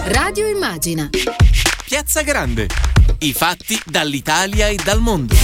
Radio Immagina. Piazza Grande. I fatti dall'Italia e dal mondo.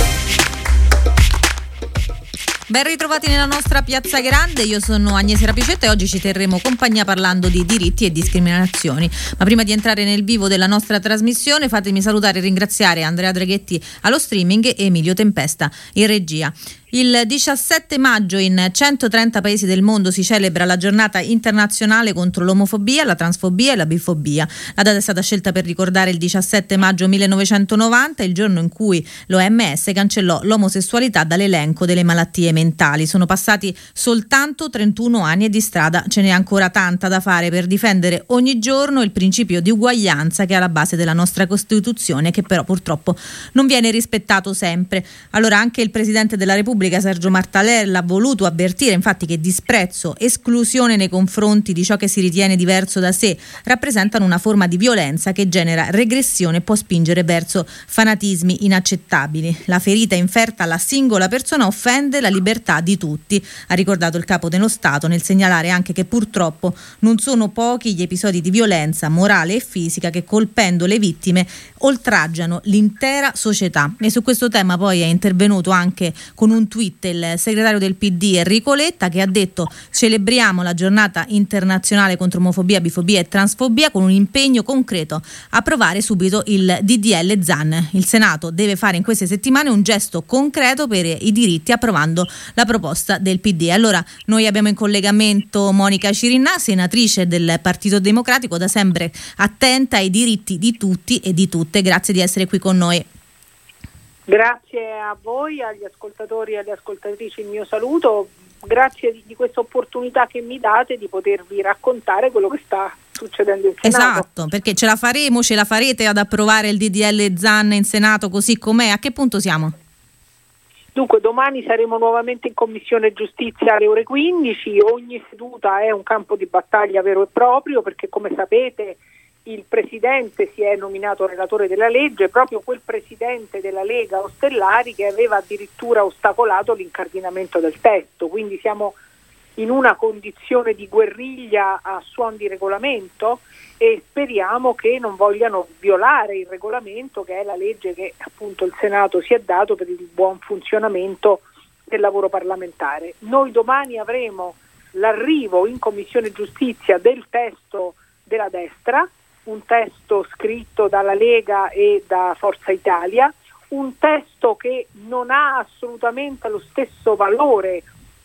Ben ritrovati nella nostra Piazza Grande, io sono Agnese Rapicetta e oggi ci terremo compagnia parlando di diritti e discriminazioni. Ma prima di entrare nel vivo della nostra trasmissione fatemi salutare e ringraziare Andrea Draghetti allo streaming e Emilio Tempesta in regia. Il 17 maggio in 130 paesi del mondo si celebra la giornata internazionale contro l'omofobia, la transfobia e la bifobia. La data è stata scelta per ricordare il 17 maggio 1990, il giorno in cui l'OMS cancellò l'omosessualità dall'elenco delle malattie mentali. Sono passati soltanto 31 anni e di strada ce n'è ancora tanta da fare per difendere ogni giorno il principio di uguaglianza che è alla base della nostra Costituzione, che però purtroppo non viene rispettato sempre. Allora anche il Presidente della Repubblica Sergio Mattarella ha voluto avvertire infatti che disprezzo, esclusione nei confronti di ciò che si ritiene diverso da sé rappresentano una forma di violenza che genera regressione e può spingere verso fanatismi inaccettabili. La ferita inferta alla singola persona offende la libertà di tutti, ha ricordato il Capo dello Stato nel segnalare anche che purtroppo non sono pochi gli episodi di violenza morale e fisica che colpendo le vittime oltraggiano l'intera società. E su questo tema poi è intervenuto anche con un tweet il segretario del PD Enrico Letta, che ha detto: celebriamo la giornata internazionale contro omofobia, bifobia e transfobia con un impegno concreto: approvare subito il DDL Zan. Il Senato deve fare in queste settimane un gesto concreto per i diritti approvando la proposta del PD. Allora noi abbiamo in collegamento Monica Cirinnà, senatrice del Partito Democratico, da sempre attenta ai diritti di tutti e di tutte. Grazie di essere qui con noi. Grazie a voi, agli ascoltatori e alle ascoltatrici il mio saluto, grazie di questa opportunità che mi date di potervi raccontare quello che sta succedendo in Senato. Esatto, perché ce la farete ad approvare il DDL Zan in Senato così com'è? A che punto siamo? Dunque domani saremo nuovamente in Commissione Giustizia alle ore 15, ogni seduta è un campo di battaglia vero e proprio perché come sapete il Presidente si è nominato relatore della legge, proprio quel Presidente della Lega Ostellari che aveva addirittura ostacolato l'incardinamento del testo, quindi siamo in una condizione di guerriglia a suon di regolamento e speriamo che non vogliano violare il regolamento che è la legge che appunto il Senato si è dato per il buon funzionamento del lavoro parlamentare. Noi domani avremo l'arrivo in Commissione Giustizia del testo della destra, un testo scritto dalla Lega e da Forza Italia, un testo che non ha assolutamente lo stesso valore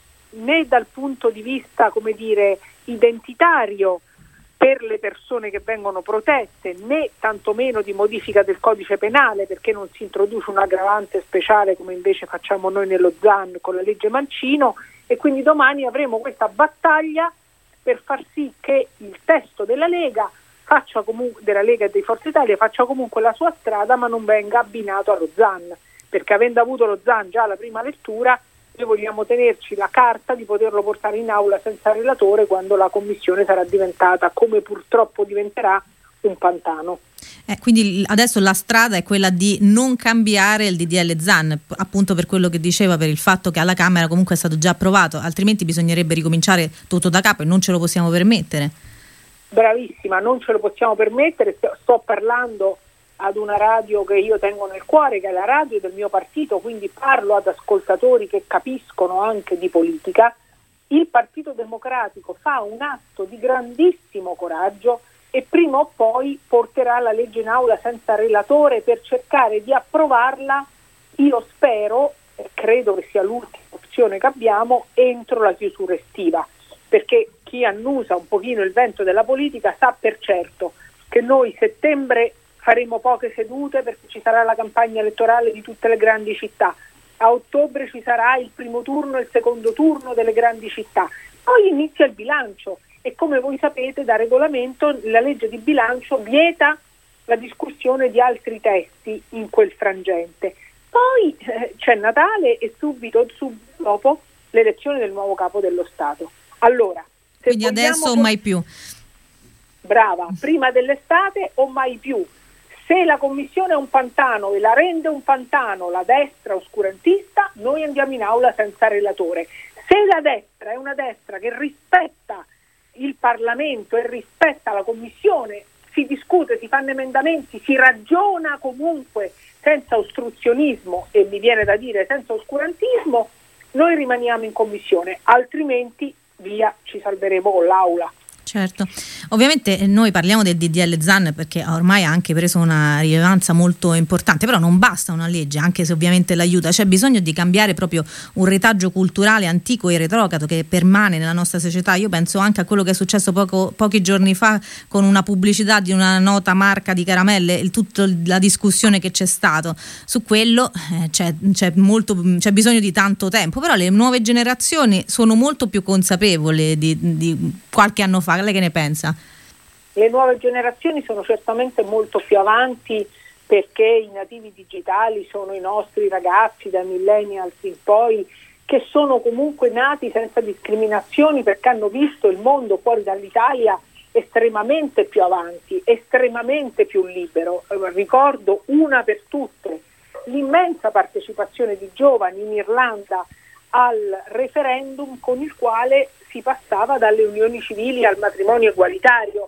né dal punto di vista, come dire, identitario per le persone che vengono protette, né tantomeno di modifica del codice penale, perché non si introduce un aggravante speciale come invece facciamo noi nello Zan con la legge Mancino, e quindi domani avremo questa battaglia per far sì che il testo della Lega faccia comunque, della Lega e di Forza Italia, faccia comunque la sua strada ma non venga abbinato allo Zan, perché avendo avuto lo Zan già alla prima lettura noi vogliamo tenerci la carta di poterlo portare in aula senza relatore quando la commissione sarà diventata, come purtroppo diventerà, un pantano. Quindi adesso la strada è quella di non cambiare il DDL Zan, appunto per quello che diceva, per il fatto che alla Camera comunque è stato già approvato, altrimenti bisognerebbe ricominciare tutto da capo e non ce lo possiamo permettere. Bravissima, non ce lo possiamo permettere, sto parlando ad una radio che io tengo nel cuore, che è la radio del mio partito, quindi parlo ad ascoltatori che capiscono anche di politica. Il Partito Democratico fa un atto di grandissimo coraggio e prima o poi porterà la legge in aula senza relatore per cercare di approvarla, io spero, e credo che sia l'ultima opzione che abbiamo, entro la chiusura estiva, perché chi annusa un pochino il vento della politica sa per certo che noi settembre faremo poche sedute perché ci sarà la campagna elettorale di tutte le grandi città, a ottobre ci sarà il primo turno e il secondo turno delle grandi città, poi inizia il bilancio e come voi sapete da regolamento la legge di bilancio vieta la discussione di altri testi in quel frangente. Poi c'è Natale e subito dopo l'elezione del nuovo capo dello Stato. Allora, quindi adesso o mai più. Brava, prima dell'estate o mai più. Se la Commissione è un pantano e la rende un pantano la destra oscurantista, noi andiamo in aula senza relatore. Se la destra è una destra che rispetta il Parlamento e rispetta la Commissione, si discute, si fanno emendamenti, si ragiona comunque senza ostruzionismo e mi viene da dire senza oscurantismo, noi rimaniamo in commissione, altrimenti via, ci salveremo con l'Aula. Certo, ovviamente noi parliamo del DDL Zan perché ormai ha anche preso una rilevanza molto importante, però non basta una legge, anche se ovviamente l'aiuta, c'è bisogno di cambiare proprio un retaggio culturale antico e retrogrado che permane nella nostra società. Io penso anche a quello che è successo pochi giorni fa con una pubblicità di una nota marca di caramelle, tutta la discussione che c'è stato su quello, c'è bisogno di tanto tempo, però le nuove generazioni sono molto più consapevoli di qualche anno fa. Lei che ne pensa? Le nuove generazioni sono certamente molto più avanti perché i nativi digitali sono i nostri ragazzi da millennials in poi, che sono comunque nati senza discriminazioni perché hanno visto il mondo fuori dall'Italia estremamente più avanti, estremamente più libero. Ricordo una per tutte l'immensa partecipazione di giovani in Irlanda al referendum con il quale si passava dalle unioni civili al matrimonio egualitario.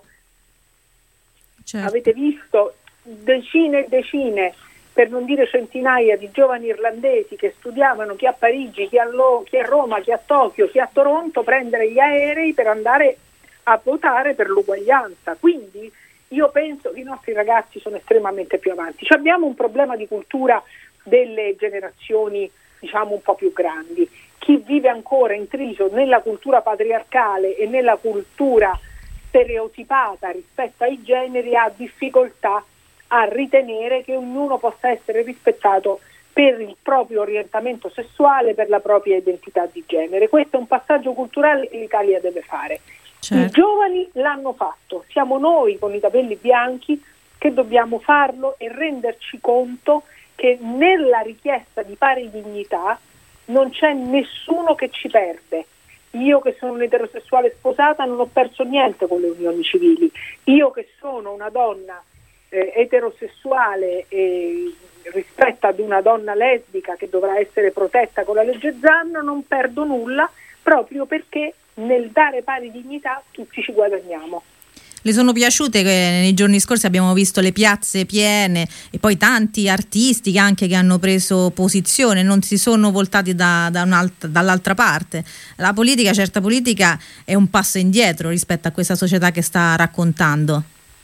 Certo. Avete visto decine e decine, per non dire centinaia, di giovani irlandesi che studiavano, chi a Parigi, chi a Roma, chi a Tokyo, chi a Toronto, prendere gli aerei per andare a votare per l'uguaglianza. Quindi io penso che i nostri ragazzi sono estremamente più avanti. Abbiamo un problema di cultura delle generazioni, diciamo, un po' più grandi. Chi vive ancora intriso nella cultura patriarcale e nella cultura stereotipata rispetto ai generi ha difficoltà a ritenere che ognuno possa essere rispettato per il proprio orientamento sessuale, per la propria identità di genere. Questo è un passaggio culturale che l'Italia deve fare. Certo. I giovani l'hanno fatto, siamo noi con i capelli bianchi che dobbiamo farlo e renderci conto che nella richiesta di pari dignità non c'è nessuno che ci perde. Io che sono un'eterosessuale sposata non ho perso niente con le unioni civili. Io che sono una donna eterosessuale rispetto ad una donna lesbica che dovrà essere protetta con la legge Zan non perdo nulla, proprio perché nel dare pari dignità tutti ci guadagniamo. Le sono piaciute che nei giorni scorsi abbiamo visto le piazze piene e poi tanti artisti anche che hanno preso posizione, non si sono voltati dall'altra parte. La politica, certa politica, è un passo indietro rispetto a questa società che sta raccontando.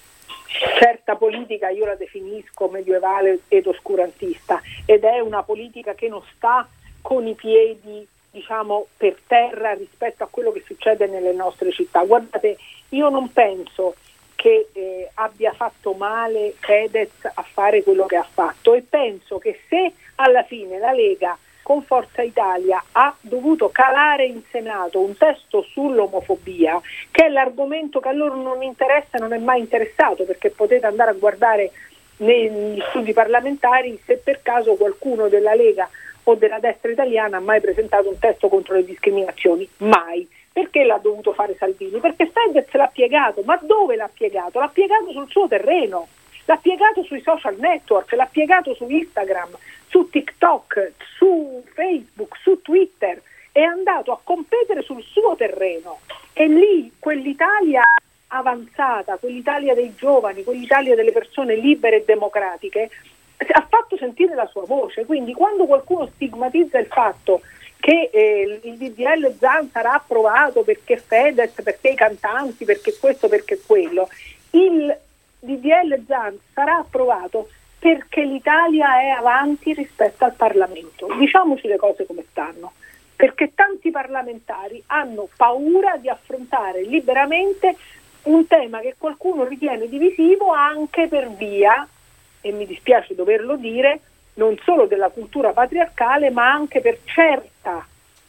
Certa politica io la definisco medievale ed oscurantista ed è una politica che non sta con i piedi, diciamo, per terra rispetto a quello che succede nelle nostre città. Guardate, io non penso che abbia fatto male Fedez a fare quello che ha fatto e penso che se alla fine la Lega con Forza Italia ha dovuto calare in Senato un testo sull'omofobia, che è l'argomento che a loro non interessa, non è mai interessato, perché potete andare a guardare negli studi parlamentari se per caso qualcuno della Lega o della destra italiana ha mai presentato un testo contro le discriminazioni, mai. Perché l'ha dovuto fare Salvini? Perché Fedez l'ha piegato, ma dove l'ha piegato? L'ha piegato sul suo terreno, l'ha piegato sui social network, l'ha piegato su Instagram, su TikTok, su Facebook, su Twitter, è andato a competere sul suo terreno e lì quell'Italia avanzata, quell'Italia dei giovani, quell'Italia delle persone libere e democratiche ha fatto sentire la sua voce. Quindi quando qualcuno stigmatizza il fatto che il DDL Zan sarà approvato perché Fedez, perché i cantanti, perché questo, perché quello, il DDL Zan sarà approvato perché l'Italia è avanti rispetto al Parlamento. Diciamoci le cose come stanno, perché tanti parlamentari hanno paura di affrontare liberamente un tema che qualcuno ritiene divisivo anche per via, e mi dispiace doverlo dire, non solo della cultura patriarcale, ma anche per certa,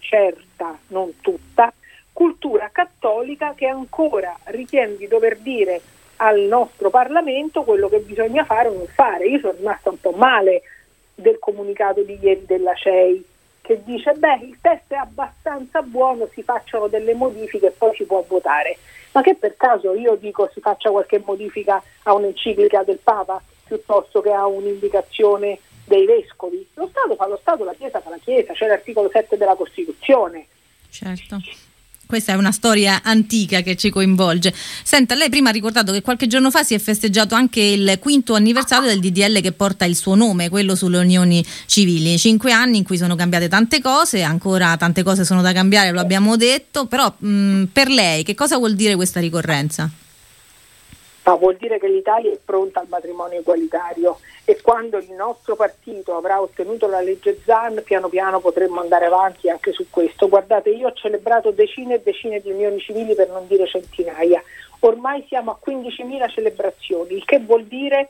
non tutta, cultura cattolica che ancora ritiene di dover dire al nostro Parlamento quello che bisogna fare o non fare. Io sono rimasta un po' male del comunicato di ieri della CEI, che dice il testo è abbastanza buono, si facciano delle modifiche e poi si può votare. Ma che per caso io dico si faccia qualche modifica a un'enciclica del Papa piuttosto che a un'indicazione dei vescovi? Lo Stato fa lo Stato, la Chiesa fa la Chiesa, c'è l'articolo 7 della Costituzione. Certo. Questa è una storia antica che ci coinvolge. Senta, lei prima ha ricordato che qualche giorno fa si è festeggiato anche il 5° anniversario del DDL che porta il suo nome, quello sulle unioni civili. 5 anni in cui sono cambiate tante cose, ancora tante cose sono da cambiare, lo abbiamo detto, però per lei che cosa vuol dire questa ricorrenza? Ma vuol dire che l'Italia è pronta al matrimonio egualitario, e quando il nostro partito avrà ottenuto la legge Zan, piano piano potremmo andare avanti anche su questo. Guardate, io ho celebrato decine e decine di unioni civili, per non dire centinaia. Ormai siamo a 15.000 celebrazioni, il che vuol dire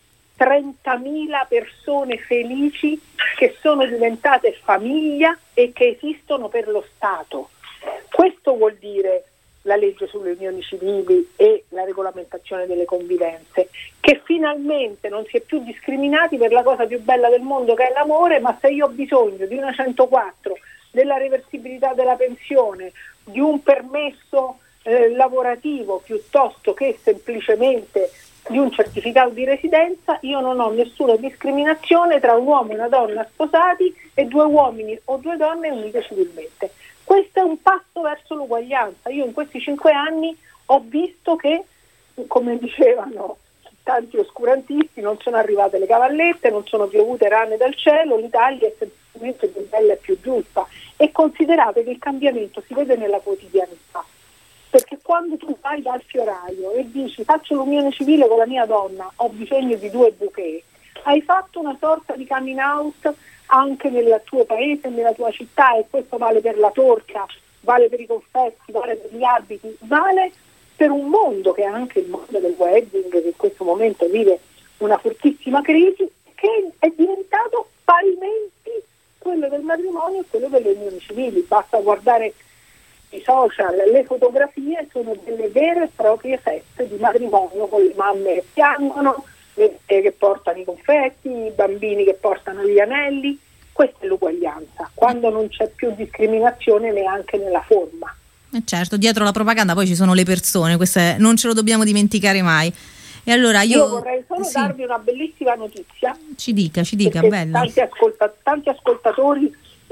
30.000 persone felici che sono diventate famiglia e che esistono per lo Stato. Questo vuol dire la legge sulle unioni civili e la regolamentazione delle convivenze, che finalmente non si è più discriminati per la cosa più bella del mondo che è l'amore, ma se io ho bisogno di una 104, della reversibilità della pensione, di un permesso lavorativo piuttosto che semplicemente di un certificato di residenza, io non ho nessuna discriminazione tra un uomo e una donna sposati e 2 uomini o 2 donne unite civilmente. Questo è un passo verso l'uguaglianza. Io in questi 5 anni ho visto che, come dicevano tanti oscurantisti, non sono arrivate le cavallette, non sono piovute rane dal cielo, l'Italia è semplicemente più bella e più giusta. E considerate che il cambiamento si vede nella quotidianità, perché quando tu vai dal fioraio e dici faccio l'unione civile con la mia donna, ho bisogno di 2 bouquet, hai fatto una sorta di coming out anche nel tuo paese, nella tua città, e questo vale per la torta, vale per i confetti, vale per gli abiti, vale per un mondo che è anche il mondo del wedding, che in questo momento vive una fortissima crisi, che è diventato parimenti quello del matrimonio e quello delle unioni civili. Basta guardare i social, le fotografie sono delle vere e proprie feste di matrimonio, con le mamme che piangono, che portano i confetti, i bambini che portano gli anelli. Questa è l'uguaglianza, quando non c'è più discriminazione neanche nella forma. Certo, dietro la propaganda poi ci sono le persone, non ce lo dobbiamo dimenticare mai. E allora io vorrei solo darvi una bellissima notizia. Ci dica, bella. Tanti ascoltatori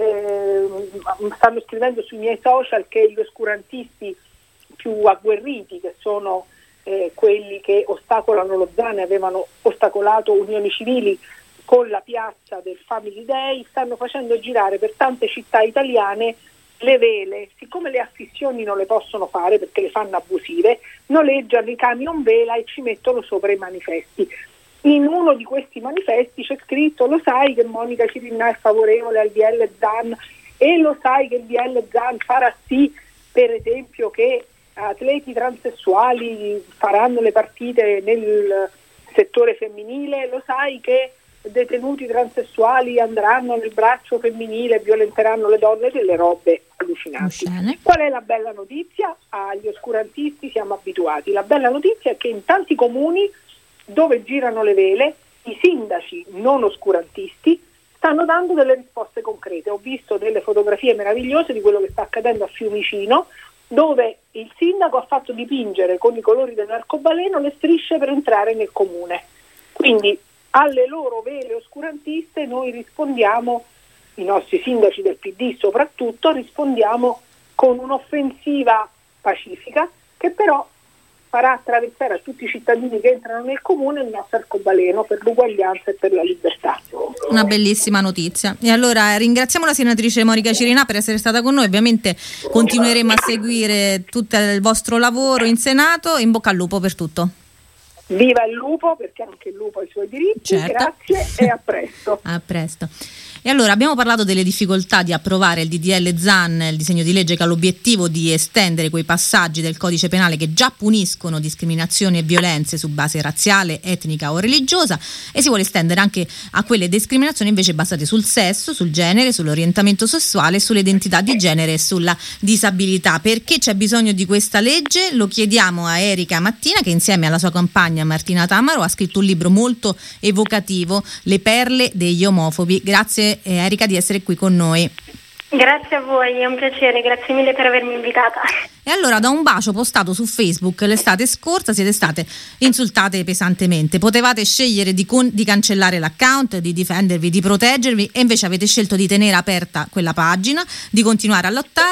stanno scrivendo sui miei social che gli oscurantisti più agguerriti, che sono quelli che ostacolano lo Zan e avevano ostacolato unioni civili con la piazza del Family Day, stanno facendo girare per tante città italiane le vele. Siccome le affissioni non le possono fare perché le fanno abusive, noleggiano i camion vela e ci mettono sopra i manifesti. In uno di questi manifesti c'è scritto: lo sai che Monica Cirinnà è favorevole al DL Zan, e lo sai che il DL Zan farà sì, per esempio, che atleti transessuali faranno le partite nel settore femminile, lo sai che detenuti transessuali andranno nel braccio femminile e violenteranno le donne, delle robe allucinanti. Qual è la bella notizia? Agli oscurantisti siamo abituati. La bella notizia è che in tanti comuni dove girano le vele i sindaci non oscurantisti stanno dando delle risposte concrete. Ho visto delle fotografie meravigliose di quello che sta accadendo a Fiumicino, dove il sindaco ha fatto dipingere con i colori dell'arcobaleno le strisce per entrare nel comune. Quindi alle loro vele oscurantiste noi rispondiamo, i nostri sindaci del PD soprattutto, rispondiamo con un'offensiva pacifica che però farà attraversare a tutti i cittadini che entrano nel comune il nostro arcobaleno per l'uguaglianza e per la libertà. Una bellissima notizia. E allora ringraziamo la senatrice Monica Cirinnà per essere stata con noi. Ovviamente continueremo a seguire tutto il vostro lavoro in Senato. In bocca al lupo per tutto. Viva il lupo, perché anche il lupo ha i suoi diritti. Certo. Grazie e a presto. A presto. E allora abbiamo parlato delle difficoltà di approvare il DDL Zan, il disegno di legge che ha l'obiettivo di estendere quei passaggi del codice penale che già puniscono discriminazioni e violenze su base razziale, etnica o religiosa, e si vuole estendere anche a quelle discriminazioni invece basate sul sesso, sul genere, sull'orientamento sessuale, sull'identità di genere e sulla disabilità. Perché c'è bisogno di questa legge? Lo chiediamo a Erika Mattina, che insieme alla sua compagna Martina Tamaro ha scritto un libro molto evocativo, Le perle degli omofobi. Grazie Erika di essere qui con noi. Grazie a voi, è un piacere, grazie mille per avermi invitata. E allora, da un bacio postato su Facebook l'estate scorsa siete state insultate pesantemente. Potevate scegliere di cancellare l'account, di difendervi, di proteggervi, e invece avete scelto di tenere aperta quella pagina, di continuare a lottare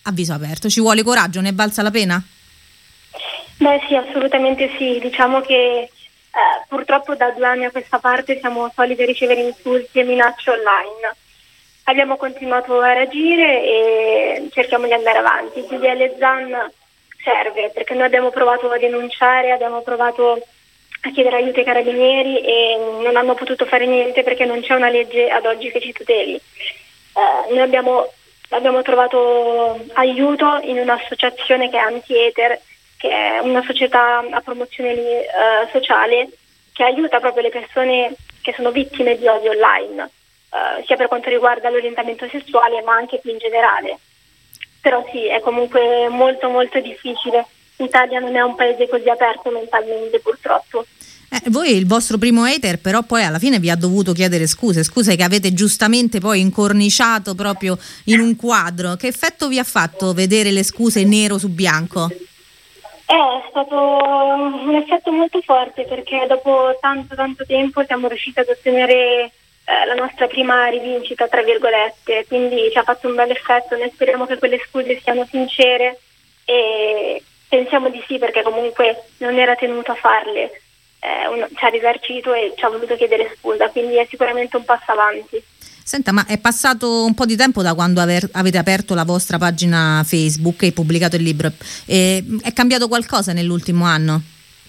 a viso aperto. Ci vuole coraggio, ne è valsa la pena? Beh sì, assolutamente sì, diciamo che purtroppo da 2 anni a questa parte siamo soliti ricevere insulti e minacce online. Abbiamo continuato a reagire e cerchiamo di andare avanti. Il DDL Zan serve perché noi abbiamo provato a denunciare, abbiamo provato a chiedere aiuto ai carabinieri e non hanno potuto fare niente perché non c'è una legge ad oggi che ci tuteli. Noi abbiamo trovato aiuto in un'associazione che è Anti-Ether, che è una società a promozione sociale che aiuta proprio le persone che sono vittime di odio online, sia per quanto riguarda l'orientamento sessuale ma anche più in generale. Però sì, è comunque molto molto difficile. L'Italia non è un paese così aperto mentalmente, purtroppo. Voi il vostro primo hater però poi alla fine vi ha dovuto chiedere scuse che avete giustamente poi incorniciato proprio in un quadro. Che effetto vi ha fatto vedere le scuse nero su bianco? È stato un effetto molto forte perché dopo tanto tempo siamo riusciti ad ottenere la nostra prima rivincita, tra virgolette, quindi ci ha fatto un bel effetto. Noi speriamo che quelle scuse siano sincere e pensiamo di sì, perché comunque non era tenuto a farle, ci ha risarcito e ci ha voluto chiedere scusa, quindi è sicuramente un passo avanti. Senta, ma è passato un po' di tempo da quando avete aperto la vostra pagina Facebook e pubblicato il libro, è cambiato qualcosa nell'ultimo anno?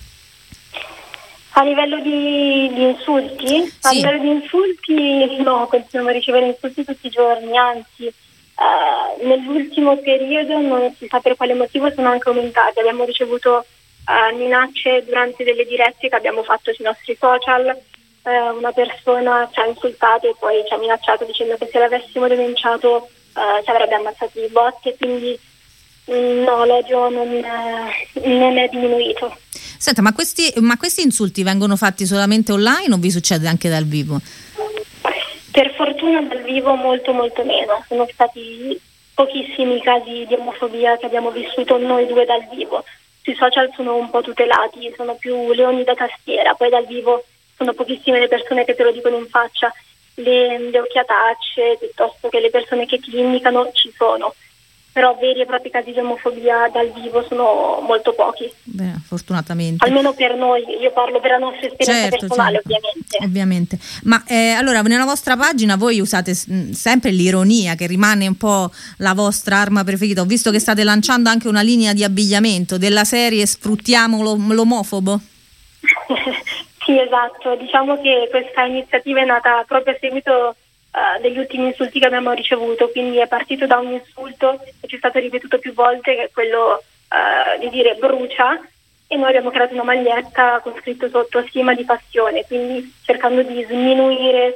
A livello di insulti? Sì. A livello di insulti no, continuiamo a ricevere insulti tutti i giorni, anzi nell'ultimo periodo non si sa per quale motivo sono anche aumentati. Abbiamo ricevuto minacce durante delle dirette che abbiamo fatto sui nostri social. Una persona ci ha insultato e poi ci ha minacciato dicendo che se l'avessimo denunciato ci avrebbe ammazzato di botte, quindi no, l'odio non è diminuito. Senta, ma questi insulti vengono fatti solamente online o vi succede anche dal vivo? Per fortuna dal vivo molto meno. Sono stati pochissimi casi di omofobia che abbiamo vissuto noi due dal vivo. Sui social sono un po' tutelati, sono più leoni da tastiera, poi dal vivo sono pochissime le persone che te lo dicono in faccia, le occhiatacce piuttosto che le persone che ti indicano ci sono. Però veri e propri casi di omofobia dal vivo sono molto pochi. Beh, fortunatamente. Almeno per noi, io parlo per la nostra esperienza personale, ovviamente. Ma allora, nella vostra pagina voi usate sempre l'ironia, che rimane un po' la vostra arma preferita. Ho visto che state lanciando anche una linea di abbigliamento della serie Sfruttiamo l'omofobo. Sì, esatto. Diciamo che questa iniziativa è nata proprio a seguito degli ultimi insulti che abbiamo ricevuto, quindi è partito da un insulto che ci è stato ripetuto più volte, che è quello di dire brucia, e noi abbiamo creato una maglietta con scritto sotto stima di passione, quindi cercando di sminuire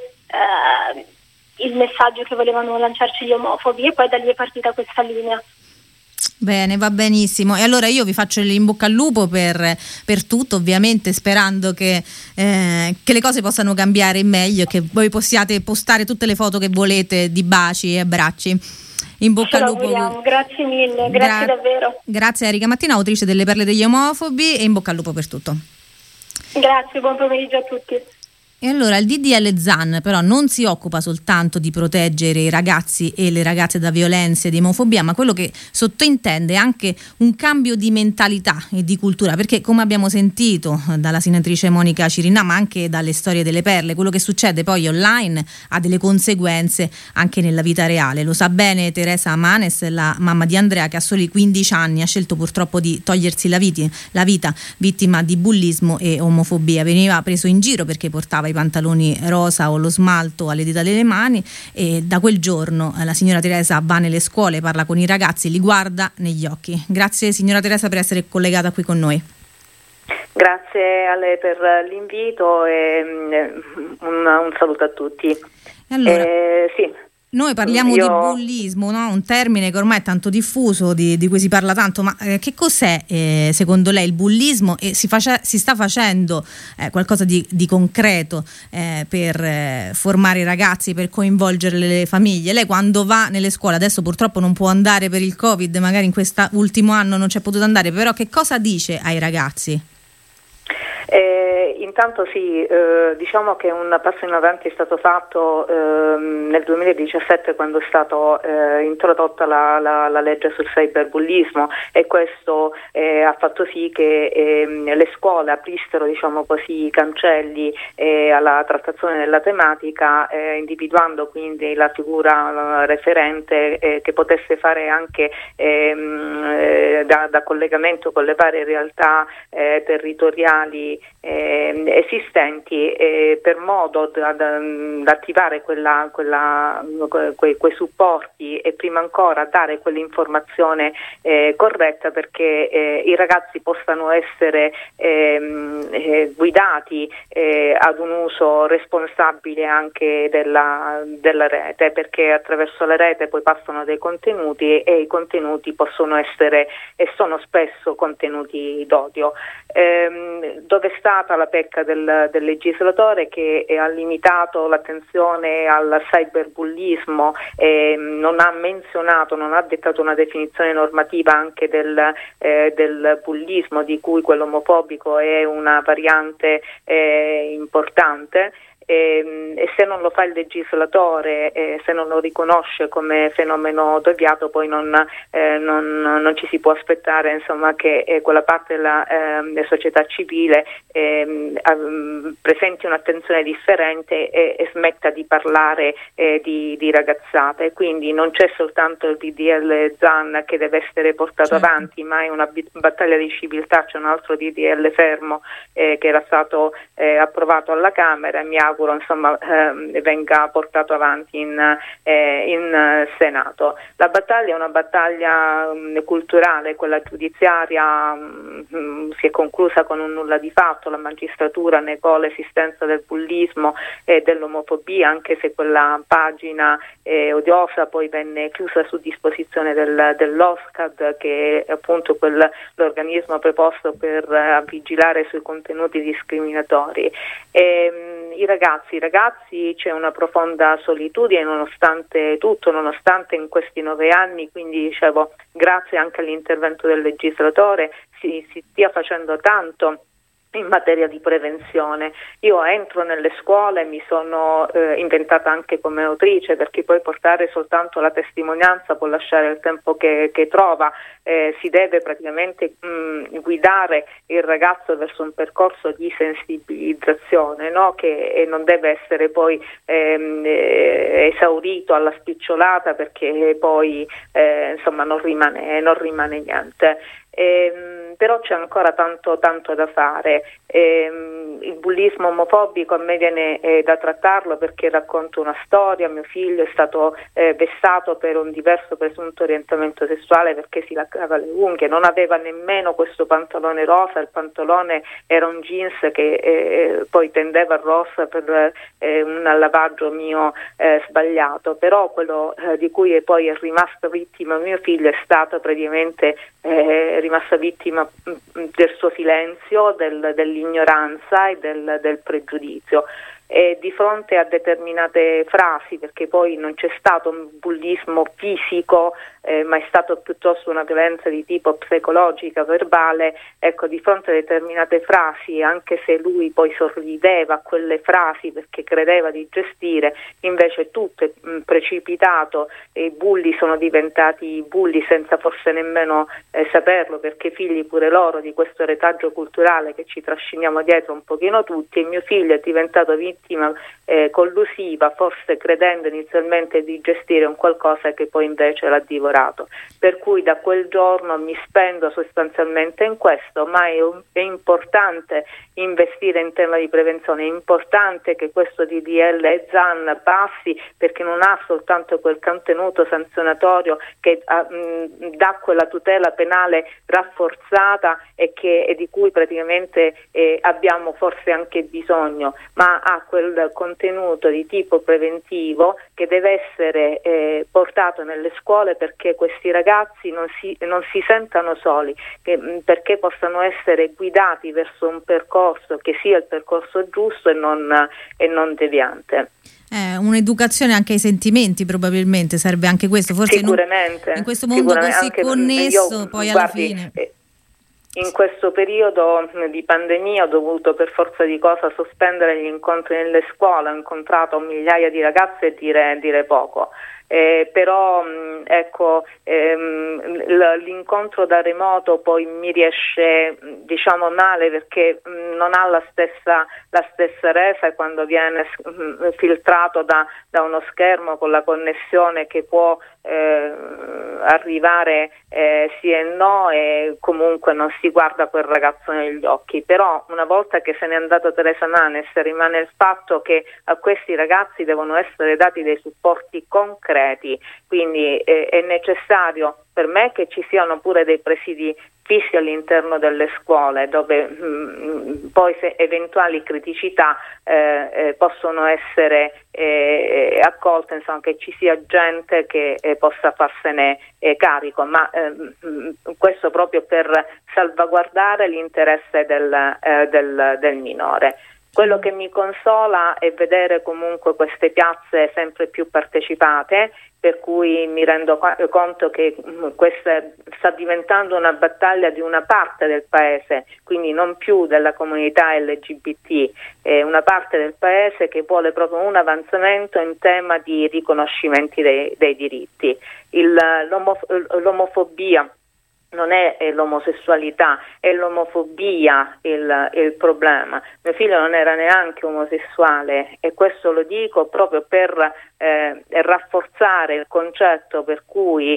il messaggio che volevano lanciarci gli omofobi, e poi da lì è partita questa linea. Bene, va benissimo. E allora io vi faccio in bocca al lupo per tutto, ovviamente sperando che le cose possano cambiare in meglio e che voi possiate postare tutte le foto che volete di baci e abbracci. In bocca al lupo. Grazie mille, grazie davvero. Grazie a Erika Mattina, autrice delle Perle degli Omofobi, e in bocca al lupo per tutto. Grazie, buon pomeriggio a tutti. E allora il DDL Zan però non si occupa soltanto di proteggere i ragazzi e le ragazze da violenze e di omofobia, ma quello che sottintende è anche un cambio di mentalità e di cultura, perché come abbiamo sentito dalla senatrice Monica Cirinà, ma anche dalle storie delle perle, quello che succede poi online ha delle conseguenze anche nella vita reale. Lo sa bene Teresa Manes, la mamma di Andrea, che a soli 15 anni ha scelto purtroppo di togliersi la vita vittima di bullismo e omofobia. Veniva preso in giro perché portava i pantaloni rosa o lo smalto alle dita delle mani, e da quel giorno la signora Teresa va nelle scuole, parla con i ragazzi, li guarda negli occhi. Grazie signora Teresa per essere collegata qui con noi. Grazie a lei per l'invito e un saluto a tutti. E allora, sì. Noi parliamo di bullismo, no? Un termine che ormai è tanto diffuso, di cui si parla tanto, ma che cos'è secondo lei il bullismo, e si sta facendo qualcosa di concreto per formare i ragazzi, per coinvolgere le famiglie? Lei quando va nelle scuole, adesso purtroppo non può andare per il Covid, magari in quest'ultimo anno non c'è potuto andare, però che cosa dice ai ragazzi? intanto sì, diciamo che un passo in avanti è stato fatto nel 2017 quando è stato introdotta la legge sul cyberbullismo, e questo ha fatto sì che le scuole aprissero, diciamo così, i cancelli alla trattazione della tematica, individuando quindi la figura referente che potesse fare anche da collegamento con le varie realtà territoriali esistenti, per modo da attivare quei supporti e prima ancora dare quell'informazione corretta, perché i ragazzi possano essere guidati ad un uso responsabile anche della rete, perché attraverso la rete poi passano dei contenuti e i contenuti possono essere e sono spesso contenuti d'odio. Dove è stata la pecca del legislatore, che ha limitato l'attenzione al cyberbullismo, non ha menzionato, non ha dettato una definizione normativa anche del bullismo, di cui quello omofobico è una variante importante. E se non lo fa il legislatore, se non lo riconosce come fenomeno deviato, poi non ci si può aspettare, insomma, che quella parte della società civile presenti un'attenzione differente e smetta di parlare di ragazzate. Quindi non c'è soltanto il DDL Zan che deve essere portato avanti, ma è una battaglia di civiltà. C'è un altro DDL fermo che era stato approvato alla Camera, e mi auguro insomma venga portato avanti in Senato. La battaglia è una battaglia culturale, quella giudiziaria si è conclusa con un nulla di fatto. La magistratura negò l'esistenza del bullismo e dell'omofobia, anche se quella pagina odiosa poi venne chiusa su disposizione dell'OSCAD, che è appunto l'organismo preposto per vigilare sui contenuti discriminatori. I ragazzi c'è una profonda solitudine nonostante tutto, nonostante in questi 9 anni, quindi dicevo, grazie anche all'intervento del legislatore, si stia facendo tanto in materia di prevenzione. Io entro nelle scuole, mi sono inventata anche come autrice, perché poi portare soltanto la testimonianza può lasciare il tempo che trova. Si deve praticamente guidare il ragazzo verso un percorso di sensibilizzazione, no? Che non deve essere poi esaurito alla spicciolata, perché poi insomma non rimane niente. Però c'è ancora tanto da fare. Il bullismo omofobico, a me viene da trattarlo perché racconto una storia. Mio figlio è stato vessato per un diverso presunto orientamento sessuale, perché si laccava le unghie, non aveva nemmeno questo pantalone rosa, il pantalone era un jeans che poi tendeva al rosa per un lavaggio mio sbagliato. Però quello di cui poi è rimasto vittima mio figlio è stato praticamente rimasta vittima del suo silenzio, dell'ignoranza e del pregiudizio. E di fronte a determinate frasi, perché poi non c'è stato un bullismo fisico, ma è stato piuttosto una violenza di tipo psicologica, verbale, ecco, di fronte a determinate frasi, anche se lui poi sorrideva a quelle frasi perché credeva di gestire, invece tutto è precipitato, e i bulli sono diventati bulli senza forse nemmeno saperlo, perché figli pure loro di questo retaggio culturale che ci trasciniamo dietro un pochino tutti, e mio figlio è diventato vittima collusiva, forse credendo inizialmente di gestire un qualcosa che poi invece l'ha divorato. Per cui da quel giorno mi spendo sostanzialmente in questo, ma è importante investire in tema di prevenzione, è importante che questo DDL Zan passi, perché non ha soltanto quel contenuto sanzionatorio che dà quella tutela penale rafforzata e di cui praticamente abbiamo forse anche bisogno, ma ha quel contenuto di tipo preventivo che deve essere portato nelle scuole, perché questi ragazzi non si sentano soli, perché possano essere guidati verso un percorso che sia il percorso giusto e non deviante. Un'educazione anche ai sentimenti, probabilmente serve anche questo, forse sicuramente, in questo mondo così connesso, poi alla fine in questo periodo di pandemia ho dovuto per forza di cosa sospendere gli incontri nelle scuole, ho incontrato migliaia di ragazze e dire poco. Però ecco, l'incontro da remoto poi mi riesce male, perché non ha la stessa resa quando viene filtrato da uno schermo con la connessione che può arrivare sì e no, e comunque non si guarda quel ragazzo negli occhi. Però una volta che se n'è andata Teresa Manes rimane il fatto che a questi ragazzi devono essere dati dei supporti concreti. Quindi è necessario per me che ci siano pure dei presidi fissi all'interno delle scuole, dove poi se eventuali criticità possono essere accolte, insomma, che ci sia gente che possa farsene carico, ma questo proprio per salvaguardare l'interesse del minore. Quello che mi consola è vedere comunque queste piazze sempre più partecipate, per cui mi rendo conto che questa sta diventando una battaglia di una parte del paese, quindi non più della comunità LGBT, una parte del paese che vuole proprio un avanzamento in tema di riconoscimenti dei diritti. L'omofobia non è l'omosessualità, è l'omofobia il problema. Mio figlio non era neanche omosessuale, e questo lo dico proprio per rafforzare il concetto per cui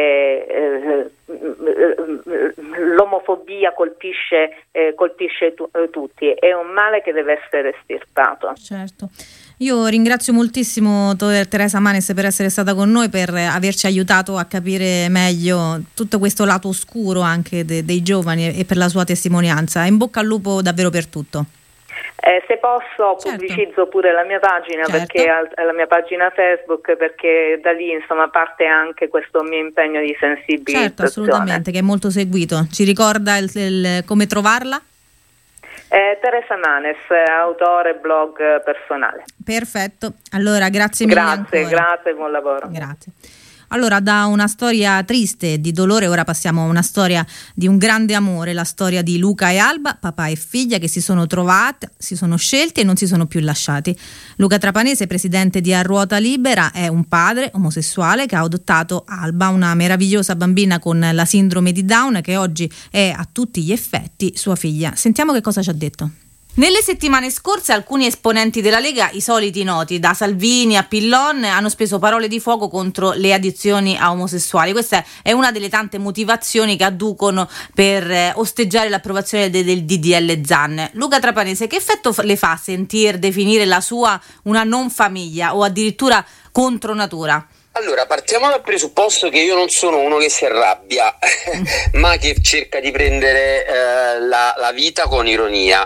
l'omofobia colpisce tutti. È un male che deve essere estirpato. Certo. Io ringrazio moltissimo Teresa Manes per essere stata con noi, per averci aiutato a capire meglio tutto questo lato oscuro anche dei giovani, e per la sua testimonianza. In bocca al lupo davvero per tutto. Se posso pubblicizzo pure la mia pagina, perché la mia pagina Facebook, perché da lì insomma parte anche questo mio impegno di sensibilizzazione. Certo, assolutamente, che è molto seguito. Ci ricorda come trovarla? Teresa Manes, autore, blog personale. Perfetto, allora grazie mille ancora. Grazie, buon lavoro. Grazie. Allora, da una storia triste e di dolore ora passiamo a una storia di un grande amore, la storia di Luca e Alba, papà e figlia, che si sono trovati, si sono scelti e non si sono più lasciati. Luca Trapanese, presidente di A Ruota Libera, è un padre omosessuale che ha adottato Alba, una meravigliosa bambina con la sindrome di Down, che oggi è a tutti gli effetti sua figlia. Sentiamo che cosa ci ha detto. Nelle settimane scorse alcuni esponenti della Lega, i soliti noti, da Salvini a Pillon, hanno speso parole di fuoco contro le addizioni a omosessuali. Questa è una delle tante motivazioni che adducono per osteggiare l'approvazione del DDL Zan. Luca Trapanese, che effetto le fa sentir definire la sua una non famiglia o addirittura contro natura? Allora, partiamo dal presupposto che io non sono uno che si arrabbia, ma che cerca di prendere la vita con ironia.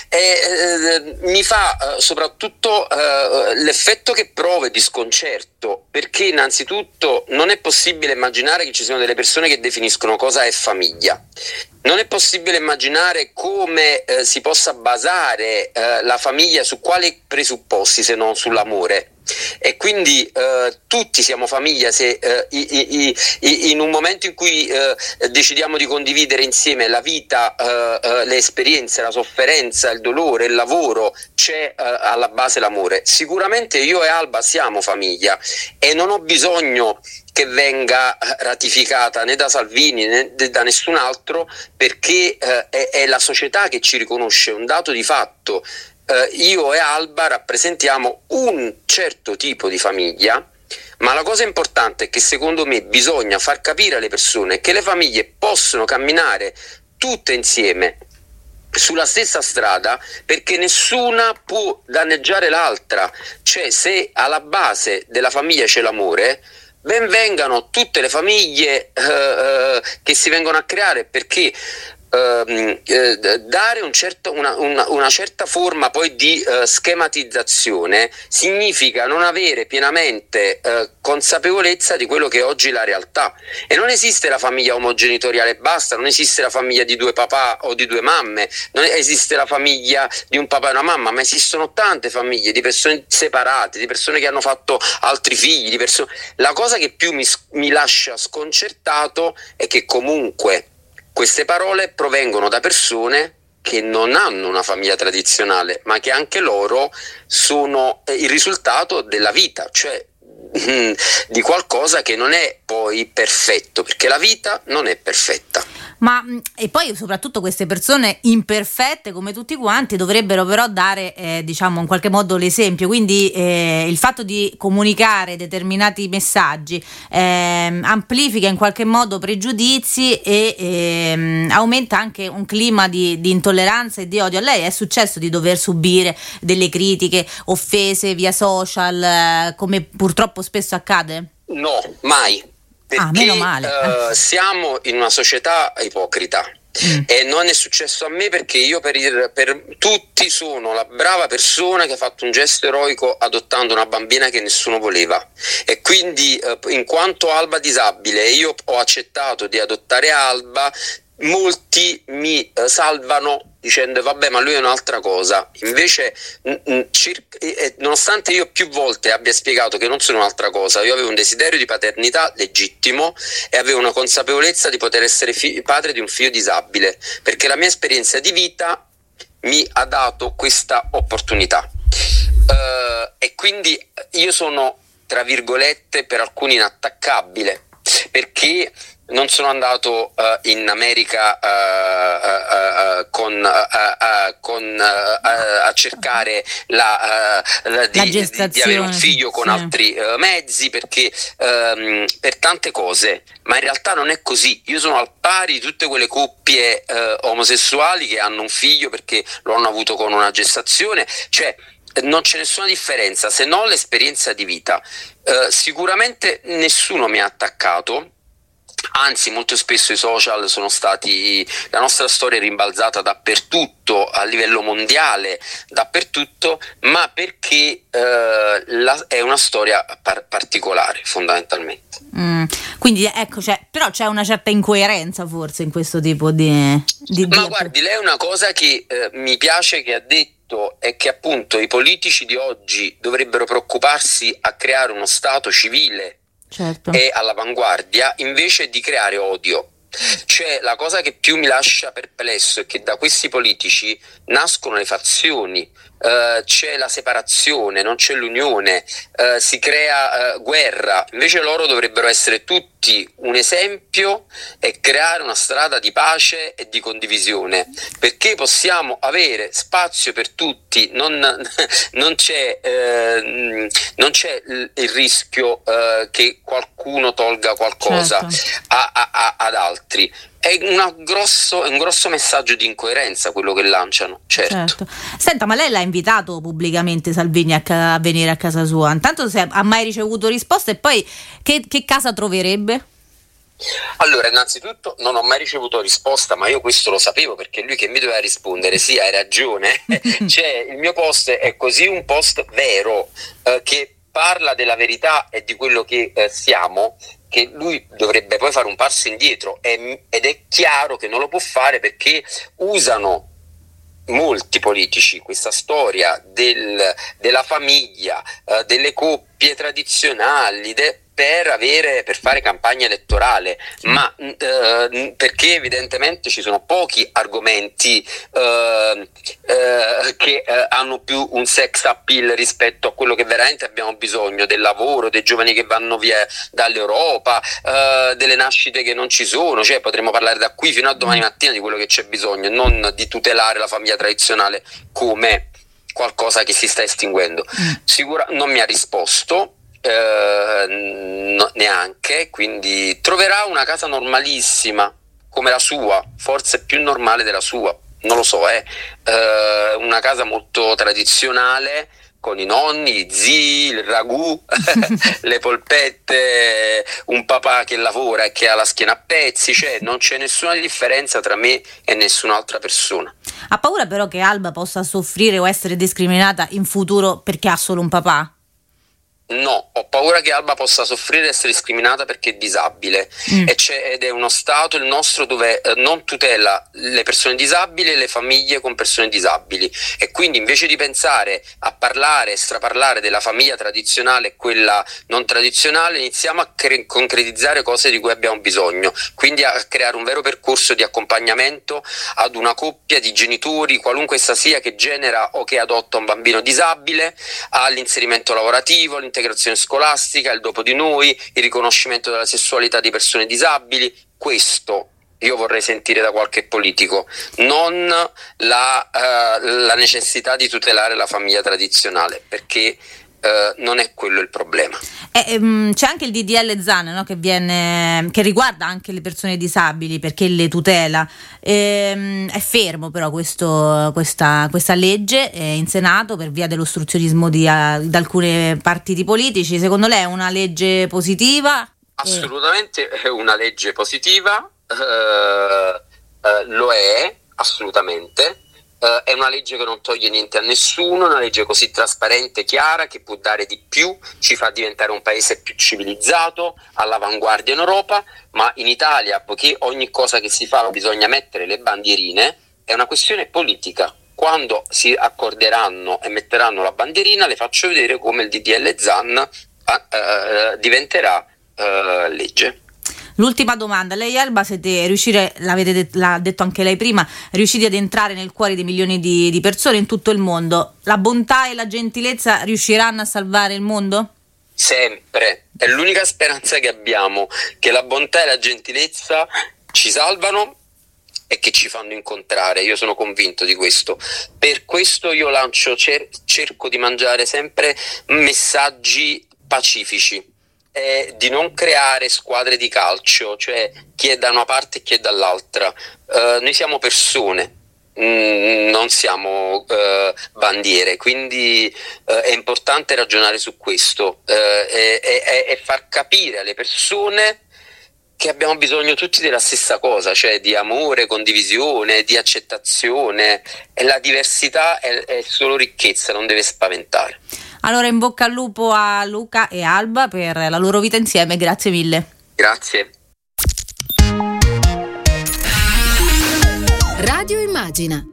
Mi fa soprattutto l'effetto che provo è di sconcerto, perché innanzitutto non è possibile immaginare che ci siano delle persone che definiscono cosa è famiglia. Non è possibile immaginare come si possa basare la famiglia su quali presupposti se non sull'amore. E quindi tutti siamo famiglia se in un momento in cui decidiamo di condividere insieme la vita, le esperienze, la sofferenza, il dolore, il lavoro, c'è alla base l'amore. Sicuramente io e Alba siamo famiglia e non ho bisogno che venga ratificata né da Salvini né da nessun altro, perché è la società che ci riconosce un dato di fatto. Io e Alba rappresentiamo un certo tipo di famiglia, ma la cosa importante è che secondo me bisogna far capire alle persone che le famiglie possono camminare tutte insieme sulla stessa strada, perché nessuna può danneggiare l'altra. Cioè, se alla base della famiglia c'è l'amore, ben vengano tutte le famiglie che si vengono a creare, perché dare una certa forma poi di schematizzazione significa non avere pienamente consapevolezza di quello che è oggi la realtà. E non esiste la famiglia omogenitoriale e basta, non esiste la famiglia di due papà o di due mamme, non esiste la famiglia di un papà e una mamma, ma esistono tante famiglie di persone separate, di persone che hanno fatto altri figli, La cosa che più mi lascia sconcertato è che comunque queste parole provengono da persone che non hanno una famiglia tradizionale, ma che anche loro sono il risultato della vita, cioè di qualcosa che non è poi perfetto, perché la vita non è perfetta. Ma e poi soprattutto queste persone imperfette come tutti quanti dovrebbero però dare diciamo in qualche modo l'esempio, quindi il fatto di comunicare determinati messaggi amplifica in qualche modo pregiudizi e aumenta anche un clima di intolleranza e di odio. A lei è successo di dover subire delle critiche, offese via social come purtroppo spesso accade? No, mai. Perché meno male. Siamo in una società ipocrita e non è successo a me, perché io per tutti sono la brava persona che ha fatto un gesto eroico adottando una bambina che nessuno voleva, e quindi in quanto Alba disabile io ho accettato di adottare Alba. Molti mi salvano dicendo vabbè, ma lui è un'altra cosa. Invece nonostante io più volte abbia spiegato che non sono un'altra cosa, io avevo un desiderio di paternità legittimo e avevo una consapevolezza di poter essere padre di un figlio disabile, perché la mia esperienza di vita mi ha dato questa opportunità, e quindi io sono, tra virgolette, per alcuni inattaccabile, perché non sono andato in America a cercare di avere un figlio con altri mezzi, perché per tante cose, ma in realtà non è così. Io sono al pari di tutte quelle coppie omosessuali che hanno un figlio perché lo hanno avuto con una gestazione, cioè non c'è nessuna differenza, se non l'esperienza di vita. Sicuramente nessuno mi ha attaccato, anzi molto spesso i social sono stati, la nostra storia è rimbalzata dappertutto, a livello mondiale, dappertutto, ma perché è una storia particolare fondamentalmente. Quindi ecco, però c'è una certa incoerenza forse in questo tipo di ma guardi, lei è una cosa che mi piace che ha detto, è che appunto i politici di oggi dovrebbero preoccuparsi a creare uno Stato civile, certo, e all'avanguardia, invece di creare odio. Cioè, la cosa che più mi lascia perplesso è che da questi politici nascono le fazioni, c'è la separazione, non c'è l'unione, si crea guerra. Invece loro dovrebbero essere tutti un esempio e creare una strada di pace e di condivisione, perché possiamo avere spazio per tutti, non c'è il rischio che qualcuno tolga qualcosa, certo, ad altri. È un grosso messaggio di incoerenza quello che lanciano, certo. Senta, ma lei l'ha invitato pubblicamente Salvini a venire a casa sua? Intanto, se ha mai ricevuto risposte, e poi che casa troverebbe? Allora, innanzitutto non ho mai ricevuto risposta, ma io questo lo sapevo, perché lui che mi doveva rispondere, sì, hai ragione, cioè il mio post è così un post vero, che parla della verità e di quello che siamo, che lui dovrebbe poi fare un passo indietro, ed è chiaro che non lo può fare, perché usano molti politici questa storia della famiglia, delle coppie tradizionali, per fare campagna elettorale, ma perché evidentemente ci sono pochi argomenti che hanno più un sex appeal rispetto a quello che veramente abbiamo bisogno: del lavoro, dei giovani che vanno via dall'Europa, delle nascite che non ci sono. Cioè, potremmo parlare da qui fino a domani mattina di quello che c'è bisogno, non di tutelare la famiglia tradizionale come qualcosa che si sta estinguendo. Non mi ha risposto, neanche, quindi troverà una casa normalissima come la sua, forse più normale della sua, non lo so, una casa molto tradizionale, con i nonni, i zii, il ragù, le polpette, un papà che lavora e che ha la schiena a pezzi. Cioè, non c'è nessuna differenza tra me e nessun'altra persona. Ha paura però che Alba possa soffrire o essere discriminata in futuro perché ha solo un papà? No, ho paura che Alba possa soffrire e essere discriminata perché è disabile ed è uno Stato, il nostro, dove non tutela le persone disabili e le famiglie con persone disabili, e quindi invece di pensare a parlare, straparlare della famiglia tradizionale e quella non tradizionale, iniziamo a concretizzare cose di cui abbiamo bisogno, quindi a creare un vero percorso di accompagnamento ad una coppia di genitori, qualunque essa sia, che genera o che adotta un bambino disabile, all'inserimento lavorativo, l'integrazione scolastica, il dopo di noi, il riconoscimento della sessualità di persone disabili. Questo io vorrei sentire da qualche politico, non la necessità di tutelare la famiglia tradizionale, perché non è quello il problema. C'è anche il DDL Zan, no, che riguarda anche le persone disabili, perché le tutela. È fermo però questa legge in Senato per via dell'ostruzionismo di alcuni partiti politici. Secondo lei è una legge positiva? Assolutamente è una legge positiva, lo è assolutamente. È una legge che non toglie niente a nessuno, una legge così trasparente, chiara, che può dare di più, ci fa diventare un paese più civilizzato, all'avanguardia in Europa, ma in Italia, poiché ogni cosa che si fa bisogna mettere le bandierine, è una questione politica. Quando si accorderanno e metteranno la bandierina, le faccio vedere come il DDL Zan diventerà legge. L'ultima domanda: lei e Alba siete riuscite, l'ha detto anche lei prima, riusciti ad entrare nel cuore di milioni di persone in tutto il mondo. La bontà e la gentilezza riusciranno a salvare il mondo? Sempre, è l'unica speranza che abbiamo, che la bontà e la gentilezza ci salvano e che ci fanno incontrare. Io sono convinto di questo. Per questo io cerco di mangiare sempre messaggi pacifici, di non creare squadre di calcio, cioè chi è da una parte e chi è dall'altra. Noi siamo persone, non siamo bandiere, quindi è importante ragionare su questo e far capire alle persone che abbiamo bisogno tutti della stessa cosa, cioè di amore, condivisione, di accettazione, e la diversità è solo ricchezza, non deve spaventare. Allora, in bocca al lupo a Luca e Alba per la loro vita insieme, grazie mille. Grazie. Radio Immagina.